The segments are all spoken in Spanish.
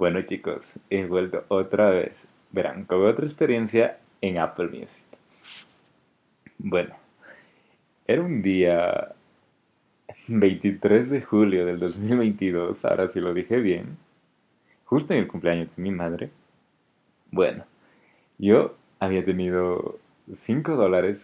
Bueno chicos, he vuelto otra vez. Verán, con otra experiencia en Apple Music. Bueno, era un día 23 de julio del 2022, ahora sí lo dije bien, justo en el cumpleaños de mi madre. Bueno, yo había tenido $5,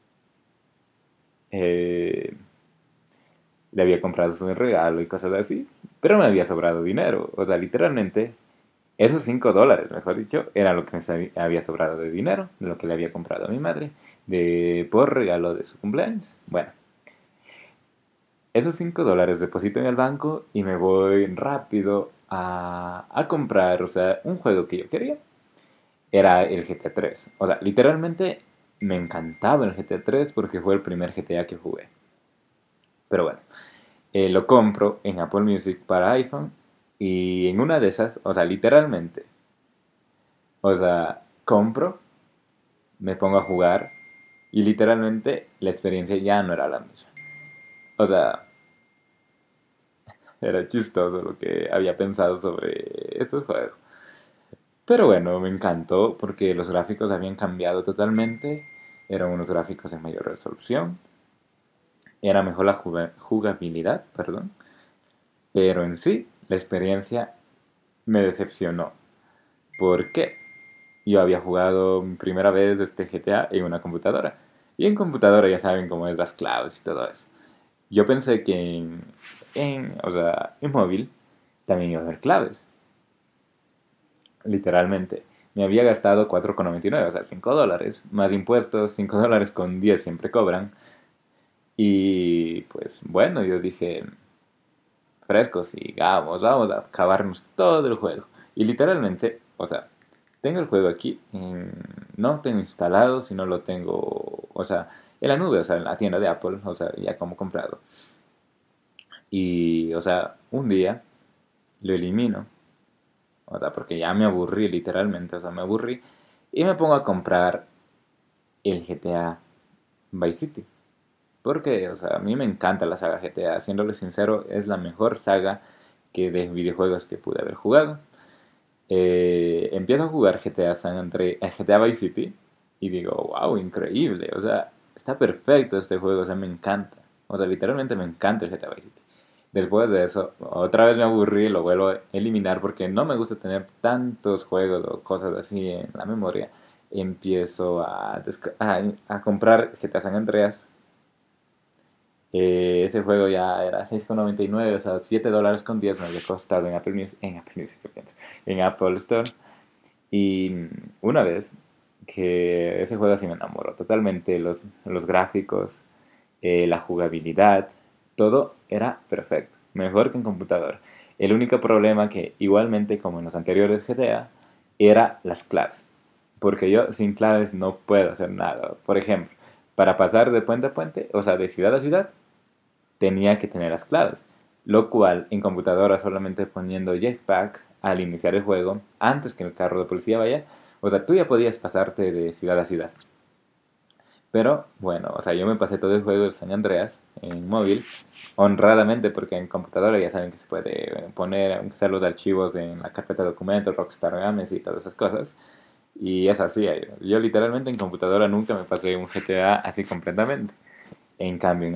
eh, le había comprado un regalo y cosas así, pero me había sobrado dinero. O sea, literalmente, esos $5, mejor dicho, era lo que había sobrado de dinero, de lo que le había comprado a mi madre, por regalo de su cumpleaños. Bueno, esos $5 deposito en el banco y me voy rápido a comprar, o sea, un juego que yo quería. Era el GTA 3. O sea, literalmente me encantaba el GTA 3 porque fue el primer GTA que jugué. Pero bueno, lo compro en Apple Music para iPhone y en una de esas, o sea, literalmente, o sea, compro, me pongo a jugar y literalmente la experiencia ya no era la misma. O sea, era chistoso lo que había pensado sobre estos juegos. Pero bueno, me encantó porque los gráficos habían cambiado totalmente. Eran unos gráficos de mayor resolución. Era mejor la jugabilidad, perdón. Pero en sí, la experiencia me decepcionó. ¿Por qué? Yo había jugado mi primera vez este GTA en una computadora. Y en computadora ya saben cómo es las claves y todo eso. Yo pensé que o sea, en móvil también iba a haber claves. Literalmente. Me había gastado 4,99, o sea, $5. Más impuestos, $5,10 siempre cobran. Y pues bueno, yo dije, fresco, sigamos, vamos a acabarnos todo el juego. Y literalmente, o sea, tengo el juego aquí, no tengo instalado, sino lo tengo, o sea, en la nube, o sea, en la tienda de Apple, o sea, ya como comprado. Y, o sea, un día lo elimino, o sea, porque ya me aburrí literalmente, o sea, me aburrí y me pongo a comprar el GTA Vice City. Porque, o sea, a mí me encanta la saga GTA, siéndole sincero, es la mejor saga de videojuegos que pude haber jugado. Empiezo a jugar GTA San Andreas, GTA Vice City y digo, wow, increíble, o sea, está perfecto este juego, o sea, me encanta. O sea, literalmente me encanta el GTA Vice City. Después de eso, otra vez me aburrí y lo vuelvo a eliminar porque no me gusta tener tantos juegos o cosas así en la memoria. Empiezo a comprar GTA San Andreas. Ese juego ya era 6,99, o sea, $7,10 me había costado en Apple Music, ¿qué pienso? En Apple Store. Y una vez que ese juego sí me enamoró totalmente, los gráficos, la jugabilidad, todo era perfecto, mejor que en computador. El único problema que, igualmente como en los anteriores GTA, era las claves. Porque yo sin claves no puedo hacer nada. Por ejemplo, para pasar de puente a puente, o sea, de ciudad a ciudad, tenía que tener las claves. Lo cual en computadora solamente poniendo Jetpack al iniciar el juego, antes que el carro de policía vaya, o sea, tú ya podías pasarte de ciudad a ciudad. Pero bueno, o sea, yo me pasé todo el juego de San Andreas en móvil, honradamente, porque en computadora ya saben que se puede poner, aunque sea los archivos en la carpeta de documentos, Rockstar Games y todas esas cosas. Y es así, yo literalmente en computadora nunca me pasé un GTA así completamente. En cambio,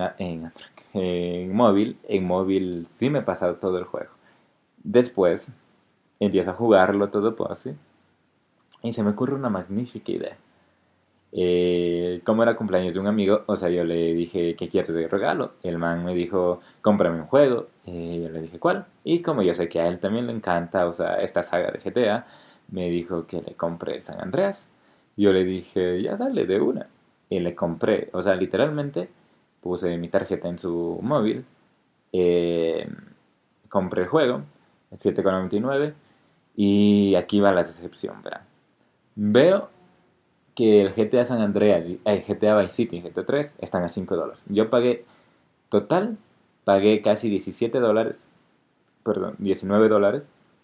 en móvil sí me he pasado todo el juego. Después empiezo a jugarlo todo por así y se me ocurre una magnífica idea. Como era cumpleaños de un amigo, o sea, yo le dije, ¿qué quieres de regalo? El man me dijo, cómprame un juego. Yo le dije, ¿cuál? Y como yo sé que a él también le encanta, o sea, esta saga de GTA, me dijo que le compré el San Andreas. Yo le dije, ya dale, de una. Y le compré, o sea, literalmente puse mi tarjeta en su móvil, eh, compré el juego, 7,99, y aquí va la decepción, ¿verdad? Veo que el GTA San Andreas, el GTA Vice City y GTA 3 están a $5. Yo pagué, total, pagué casi $17, perdón, $19,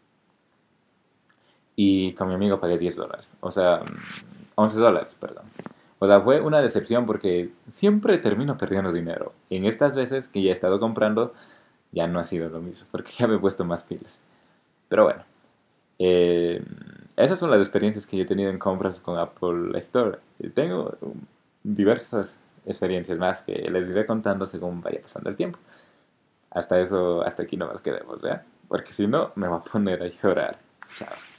y con mi amigo pagué $10. O sea, $11, perdón. O sea, fue una decepción porque siempre termino perdiendo dinero. En estas veces que ya he estado comprando, ya no ha sido lo mismo, porque ya me he puesto más pilas. Pero bueno, Eh, Esas son las experiencias que yo he tenido en compras con Apple Store. Y tengo diversas experiencias más que les iré contando según vaya pasando el tiempo. Hasta eso, hasta aquí nomás quedemos, ¿ya? Porque si no, me voy a poner a llorar. Chao.